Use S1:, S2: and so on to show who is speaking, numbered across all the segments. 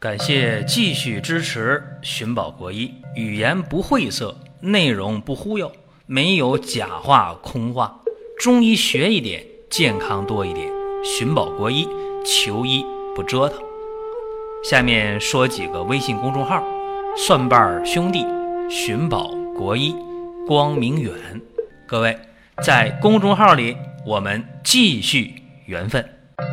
S1: 感谢继续支持寻宝国医，语言不晦涩，内容不忽悠，没有假话空话，中医学一点，健康多一点。寻宝国医，求医不折腾。下面说几个微信公众号：蒜瓣兄弟、寻宝国医、光明远。各位在公众号里，我们继续缘分。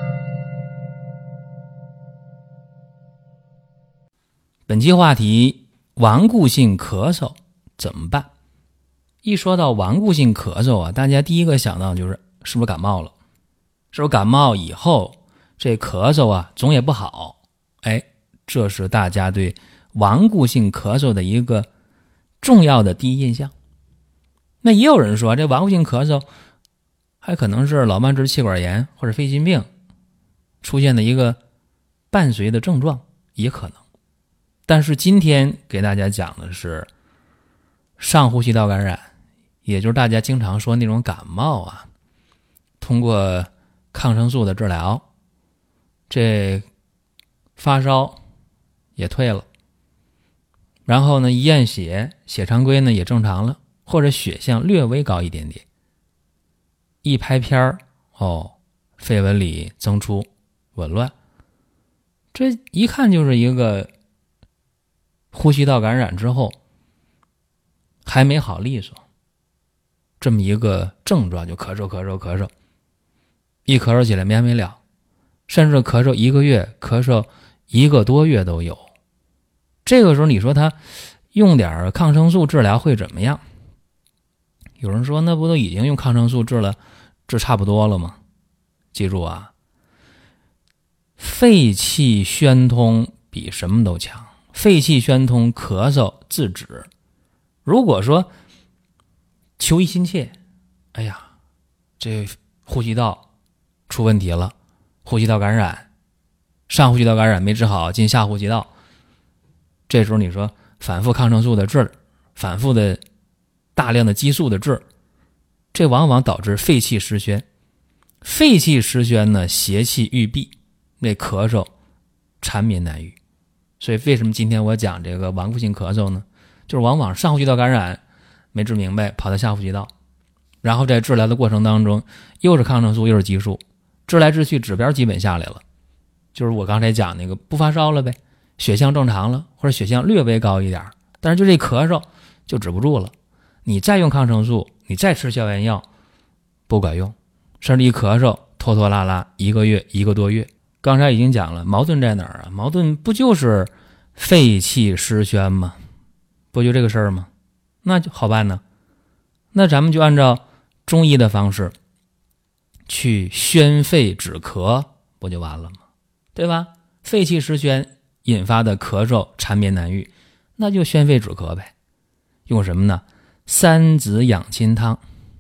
S1: 本期话题：顽固性咳嗽怎么办？一说到顽固性咳嗽啊，大家第一个想到就是是不是感冒了？是不是感冒以后这咳嗽啊总也不好？这是大家对顽固性咳嗽的一个重要的第一印象。那也有人说，这顽固性咳嗽还可能是老慢支气管炎或者肺心病出现的一个伴随的症状，也可能。但是今天给大家讲的是上呼吸道感染，也就是大家经常说那种感冒啊，通过抗生素的治疗，这发烧也退了，然后呢一验血，血常规呢也正常了，或者血象略微高一点点，一拍片肺纹理增出紊乱，这一看就是一个呼吸道感染之后还没好利索这么一个症状，就咳嗽，一咳嗽起来没完没了，甚至咳嗽1个月，咳嗽1个多月都有。这个时候你说他用点抗生素治疗会怎么样？有人说那不都已经用抗生素治差不多了吗？记住啊，肺气宣通比什么都强，肺气宣通，咳嗽自止。如果说求医心切，这呼吸道出问题了，呼吸道感染，上呼吸道感染没治好，进下呼吸道，这时候你说反复抗生素的治，反复的大量的激素的治，这往往导致肺气失宣。肺气失宣呢，邪气郁闭，那咳嗽缠绵难愈。所以为什么今天我讲这个顽固性咳嗽呢？就是往往上呼吸道感染没治明白，跑到下呼吸道，然后在治疗的过程当中又是抗生素又是激素，治来治去指标基本下来了，就是我刚才讲那个不发烧了呗，血象正常了，或者血象略微高一点，但是就这咳嗽就止不住了，你再用抗生素，你再吃消炎药不管用，甚至一咳嗽拖拖拉拉1个月1个多月。刚才已经讲了，矛盾在哪儿啊？矛盾不就是肺气失宣吗？不就这个事儿吗？那就好办呢，那咱们就按照中医的方式去宣肺止咳，不就完了吗？对吧？肺气失宣引发的咳嗽缠绵难愈，那就宣肺止咳呗。用什么呢？三子养亲汤，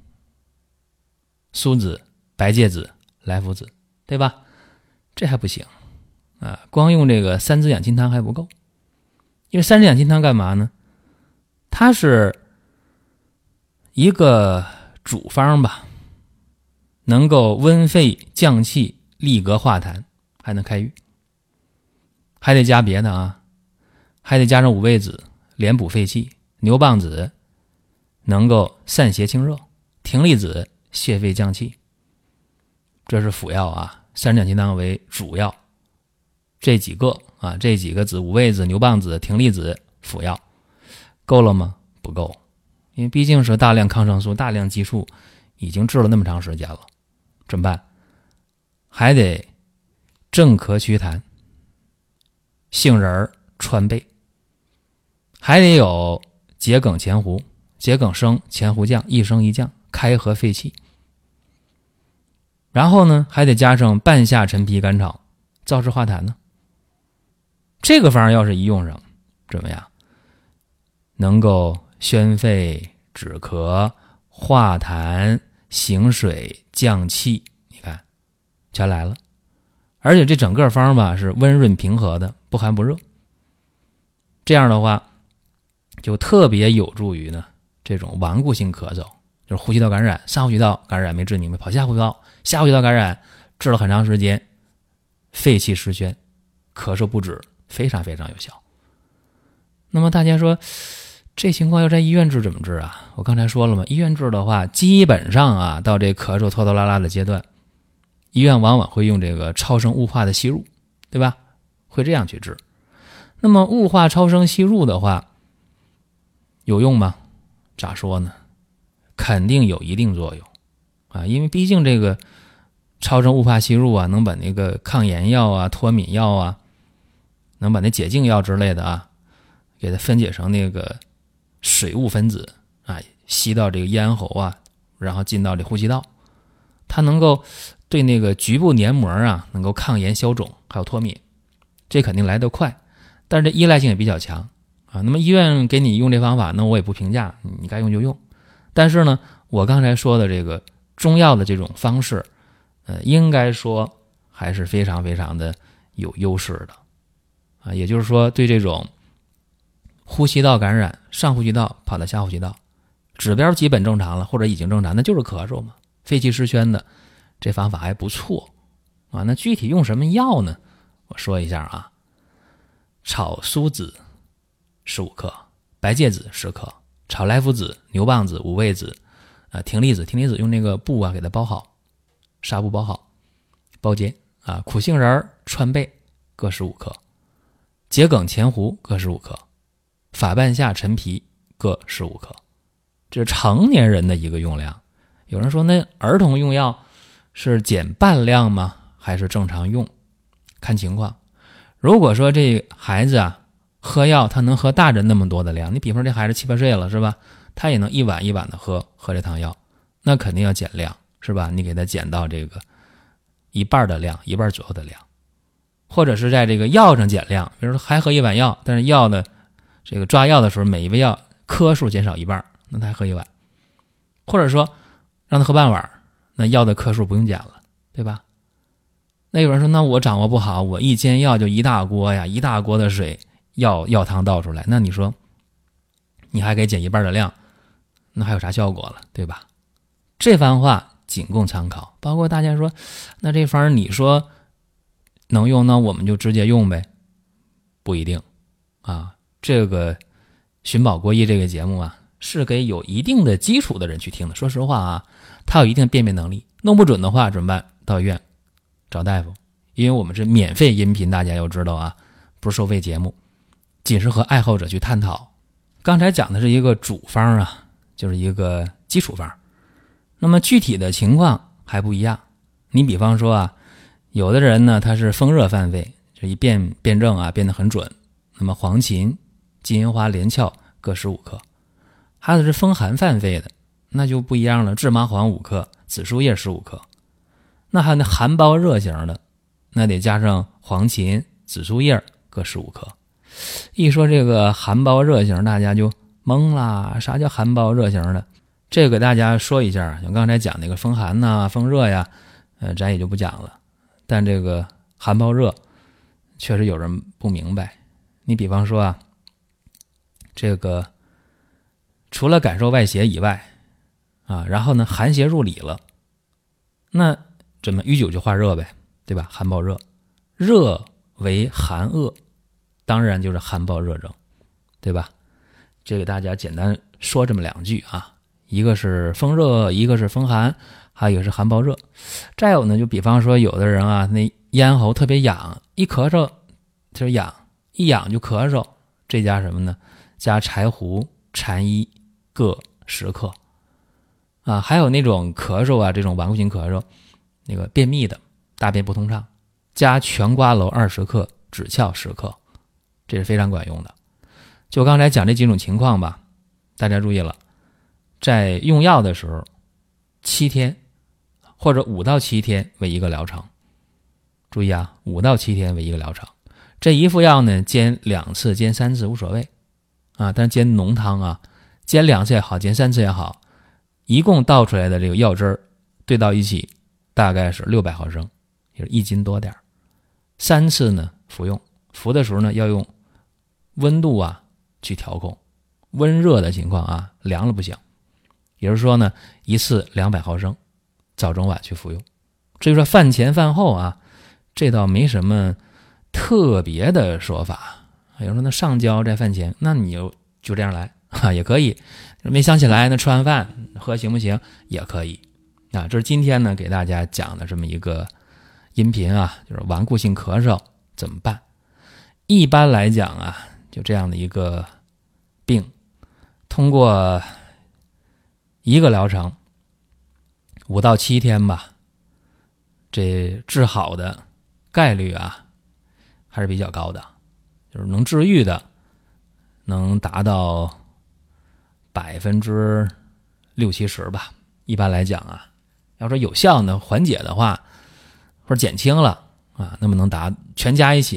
S1: 苏子、白芥子、莱菔子，对吧？这还不行啊，光用这个三子养亲汤还不够。因为三子养亲汤干嘛呢？它是一个主方吧，能够温肺降气、利膈化痰，还能开郁，还得加别的啊，还得加上五味子，连补肺气，牛蒡子能够散邪清热，葶苈子泻肺降气，这是辅药啊。三子养亲汤为主药，这几个子，五味子、牛蒡子、葶苈子辅药够了吗？不够，因为毕竟是大量抗生素、大量激素已经治了那么长时间了，怎么办？还得镇咳祛痰，杏仁川贝，还得有桔梗前胡，桔梗生，前胡降，一升一降，开合肺气。然后呢，还得加上半夏陈皮甘草，燥湿化痰呢。这个方要是一用上，怎么样？能够宣肺止咳、化痰、行水、降气，你看全来了。而且这整个方吧是温润平和的，不寒不热。这样的话就特别有助于呢这种顽固性咳嗽，就是呼吸道感染，上呼吸道感染没治明白，跑下呼吸道，下呼吸道感染治了很长时间，肺气失宣，咳嗽不止， 非常非常有效。那么大家说这情况要在医院治怎么治啊？我刚才说了嘛，医院治的话基本上啊到这咳嗽拖拖拉拉的阶段，医院往往会用这个超声雾化的吸入，对吧？会这样去治。那么雾化超声吸入的话有用吗？咋说呢？肯定有一定作用啊，因为毕竟这个超声雾化吸入啊，能把那个抗炎药啊、脱敏药啊，能把那解痉药之类的啊，给它分解成那个水雾分子啊，吸到这个咽喉啊，然后进到这呼吸道，它能够对那个局部黏膜啊，能够抗炎消肿，还有脱敏，这肯定来得快，但是这依赖性也比较强啊。那么医院给你用这方法，那我也不评价，你该用就用。但是呢，我刚才说的这个中药的这种方式，应该说还是非常非常的有优势的啊。也就是说，对这种呼吸道感染，上呼吸道跑到下呼吸道，指标基本正常了，或者已经正常，那就是咳嗽嘛，肺气湿宣的，这方法还不错啊。那具体用什么药呢？我说一下啊，炒苏子15克，白芥子10克，炒莱菔子、牛蒡子、五味子、葶苈子用那个布啊给它包好，纱布包好，包煎啊。苦杏仁、川贝各15克，桔梗、前胡各15克，法半夏、陈皮各15克。这是成年人的一个用量。有人说那儿童用药是减半量吗？还是正常用？看情况。如果说这孩子啊喝药他能喝大人那么多的量，你比方这孩子7、8岁了是吧，他也能一碗一碗的喝这汤药，那肯定要减量是吧？你给他减到这个一半的量，一半左右的量，或者是在这个药上减量，比如说还喝一碗药，但是药的这个抓药的时候每一味药颗数减少一半，那他还喝一碗，或者说让他喝半碗，那药的颗数不用减了，对吧？那有人说那我掌握不好，我一煎药就一大锅呀，一大锅的水药汤倒出来，那你说你还给减一半的量，那还有啥效果了，对吧？这番话仅供参考。包括大家说那这方你说能用，那我们就直接用呗，不一定啊。这个寻宝国医这个节目啊，是给有一定的基础的人去听的。说实话啊，他有一定辨别能力，弄不准的话怎么办？到医院找大夫，因为我们是免费音频，大家要知道啊，不是收费节目，仅是和爱好者去探讨。刚才讲的是一个主方啊，就是一个基础方。那么具体的情况还不一样。你比方说啊，有的人呢他是风热犯肺，这一辩证啊变得很准。那么黄芩、金银花、连翘各15克。还有是风寒犯肺的，那就不一样了，制麻黄5克，紫苏叶15克。那还有那寒包热型的，那得加上黄芩、紫苏叶各15克。一说这个寒包热型，大家就懵啦，啥叫寒包热型的？这个给大家说一下，像刚才讲那个风寒呐、风热呀，咱也就不讲了。但这个寒包热确实有人不明白。你比方说啊，这个除了感受外邪以外啊，然后呢寒邪入里了，那怎么遇久就化热呗，对吧？寒暴热，热为寒恶，当然就是寒暴热症，对吧？这给大家简单说这么两句啊，一个是风热，一个是风寒，还有一个是寒暴热。再有呢，就比方说有的人啊，那咽喉特别痒，一咳嗽就痒，一痒就咳嗽，这加什么呢？加柴胡、蝉衣各10克啊。还有那种咳嗽啊，这种顽固性咳嗽，那个便秘的，大便不通畅，加全瓜蒌20克，枳壳10克，这是非常管用的。就刚才讲这几种情况吧，大家注意了，在用药的时候7天或者5到7天为一个疗程。注意啊，5到7天为一个疗程。这一副药呢，煎2次煎3次无所谓啊，但煎浓汤啊，煎2次也好，煎3次也好，一共倒出来的这个药汁儿兑到一起大概是600毫升，也是1斤多点。3次呢服用，服的时候呢要用温度啊去调控，温热的情况啊，凉了不行。也就是说呢，一次200毫升，早中晚去服用。至于说饭前饭后啊，这倒没什么特别的说法。有人说那上焦再饭前，那你就这样来也可以。没想起来那吃完饭喝行不行？也可以这是今天呢给大家讲的这么一个音频就是顽固性咳嗽怎么办。一般来讲就这样的一个病，通过一个疗程5到7天吧，这治好的概率还是比较高的，就是能治愈的能达到60%-70%吧。一般来讲要说有效的缓解的话，或者减轻了那么能全加一起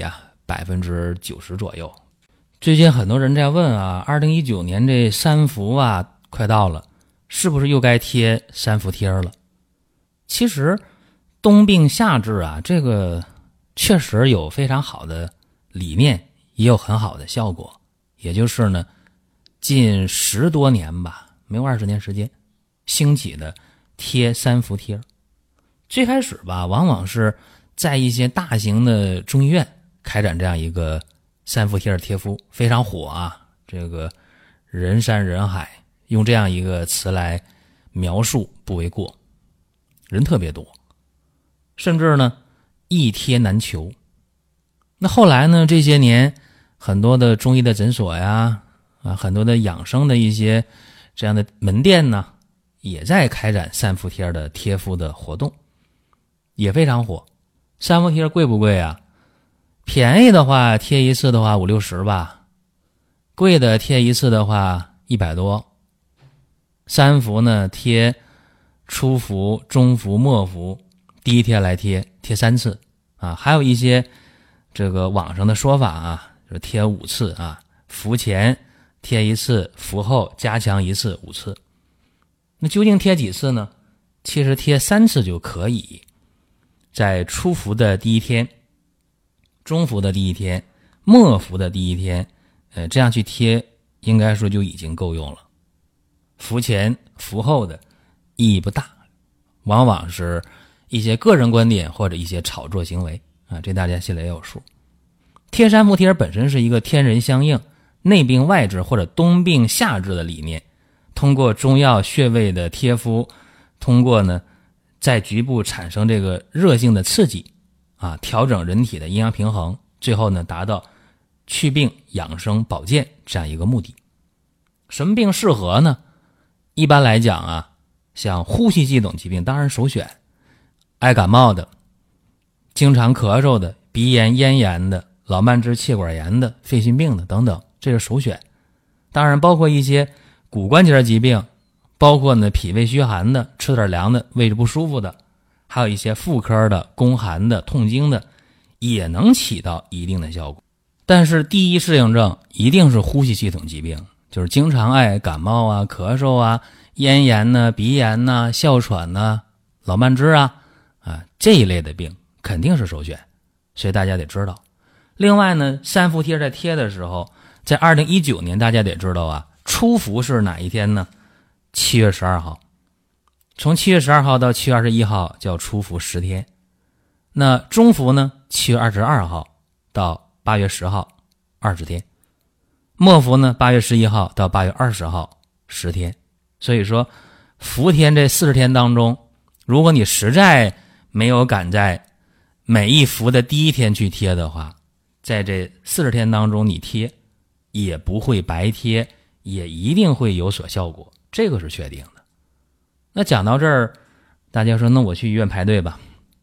S1: 90%左右。最近很多人在问2019年这三伏快到了，是不是又该贴三伏贴了？其实冬病夏治这个确实有非常好的理念，也有很好的效果。也就是呢，近10多年吧，没有20年时间兴起的贴三伏贴。最开始往往是在一些大型的中医院开展这样一个三伏贴的贴敷，非常火这个人山人海，用这样一个词来描述不为过，人特别多，甚至呢一贴难求。那后来呢，这些年很多的中医的诊所很多的养生的一些这样的门店呢，也在开展三伏贴的贴敷的活动，也非常火。三伏贴贵不贵便宜的话贴一次的话50-60吧，贵的贴一次的话100多。三伏呢贴初伏、中伏、末伏，第一贴来贴3次还有一些这个网上的说法就是贴5次伏前贴1次，伏后加强1次，5次。那究竟贴几次呢？其实贴3次就可以。在初伏的第一天、中伏的第一天、末伏的第一天这样去贴，应该说就已经够用了。伏前伏后的意义不大，往往是一些个人观点或者一些炒作行为这大家心里也有数。贴三伏贴本身是一个天人相应、内病外治或者冬病夏治的理念，通过中药穴位的贴敷，通过呢在局部产生这个热性的刺激调整人体的阴阳平衡，最后呢达到祛病养生保健这样一个目的。什么病适合呢？一般来讲像呼吸系统疾病当然首选，爱感冒的、经常咳嗽的、鼻炎、咽炎的、老慢支气管炎的、肺心病的等等，这是首选。当然包括一些骨关节疾病，包括呢脾胃虚寒的、吃点凉的、胃不舒服的，还有一些妇科的、宫寒的、痛经的，也能起到一定的效果。但是第一适应症一定是呼吸系统疾病，就是经常爱感冒咳嗽咽炎鼻炎哮喘老慢支这一类的病肯定是首选，所以大家得知道。另外呢，三伏贴在贴的时候，在2019年大家得知道初伏是哪一天呢？7月12号。从7月12号到7月21号叫初伏10天。那中伏呢7月22号到8月10号20天。末伏呢8月11号到8月20号10天。所以说伏天这40天当中，如果你实在没有赶在每一伏的第一天去贴的话，在这40天当中你贴也不会白贴，也一定会有所效果，这个是确定的。那讲到这儿，大家说那我去医院排队吧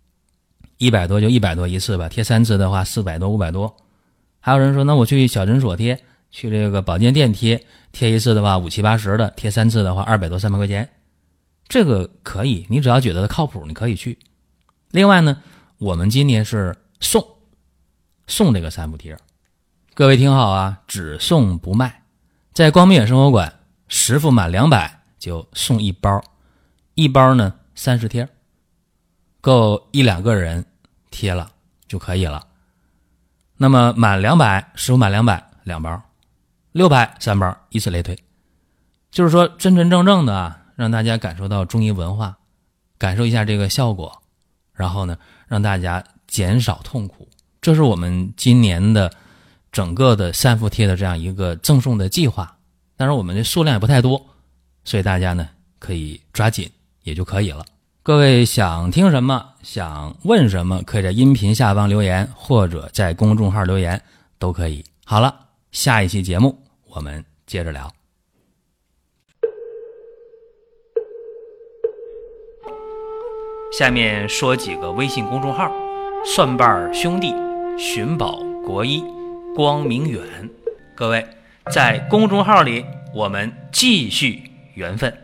S1: ，100多就100多一次吧，贴3次的话400多500多。还有人说那我去小诊所贴，去这个保健店贴一次的话5、7、80的，贴3次的话200多300块钱，这个可以，你只要觉得靠谱你可以去。另外呢，我们今年是送这个三伏贴，各位听好只送不卖。在光明远生活馆10副满200就送1包，一包呢30贴，够1-2个人贴了就可以了。那么满200，10副满200，2包，600 3包，以此类推。就是说真真正正的让大家感受到中医文化，感受一下这个效果，然后呢让大家减少痛苦， 这是我们今年的整个的三伏贴的这样一个赠送的计划。当然我们的数量也不太多，所以大家呢可以抓紧也就可以了。各位想听什么，想问什么，可以在音频下方留言，或者在公众号留言都可以。好了，下一期节目我们接着聊。下面说几个微信公众号：蒜瓣兄弟、寻宝国医、光明远。各位在公众号里我们继续缘分。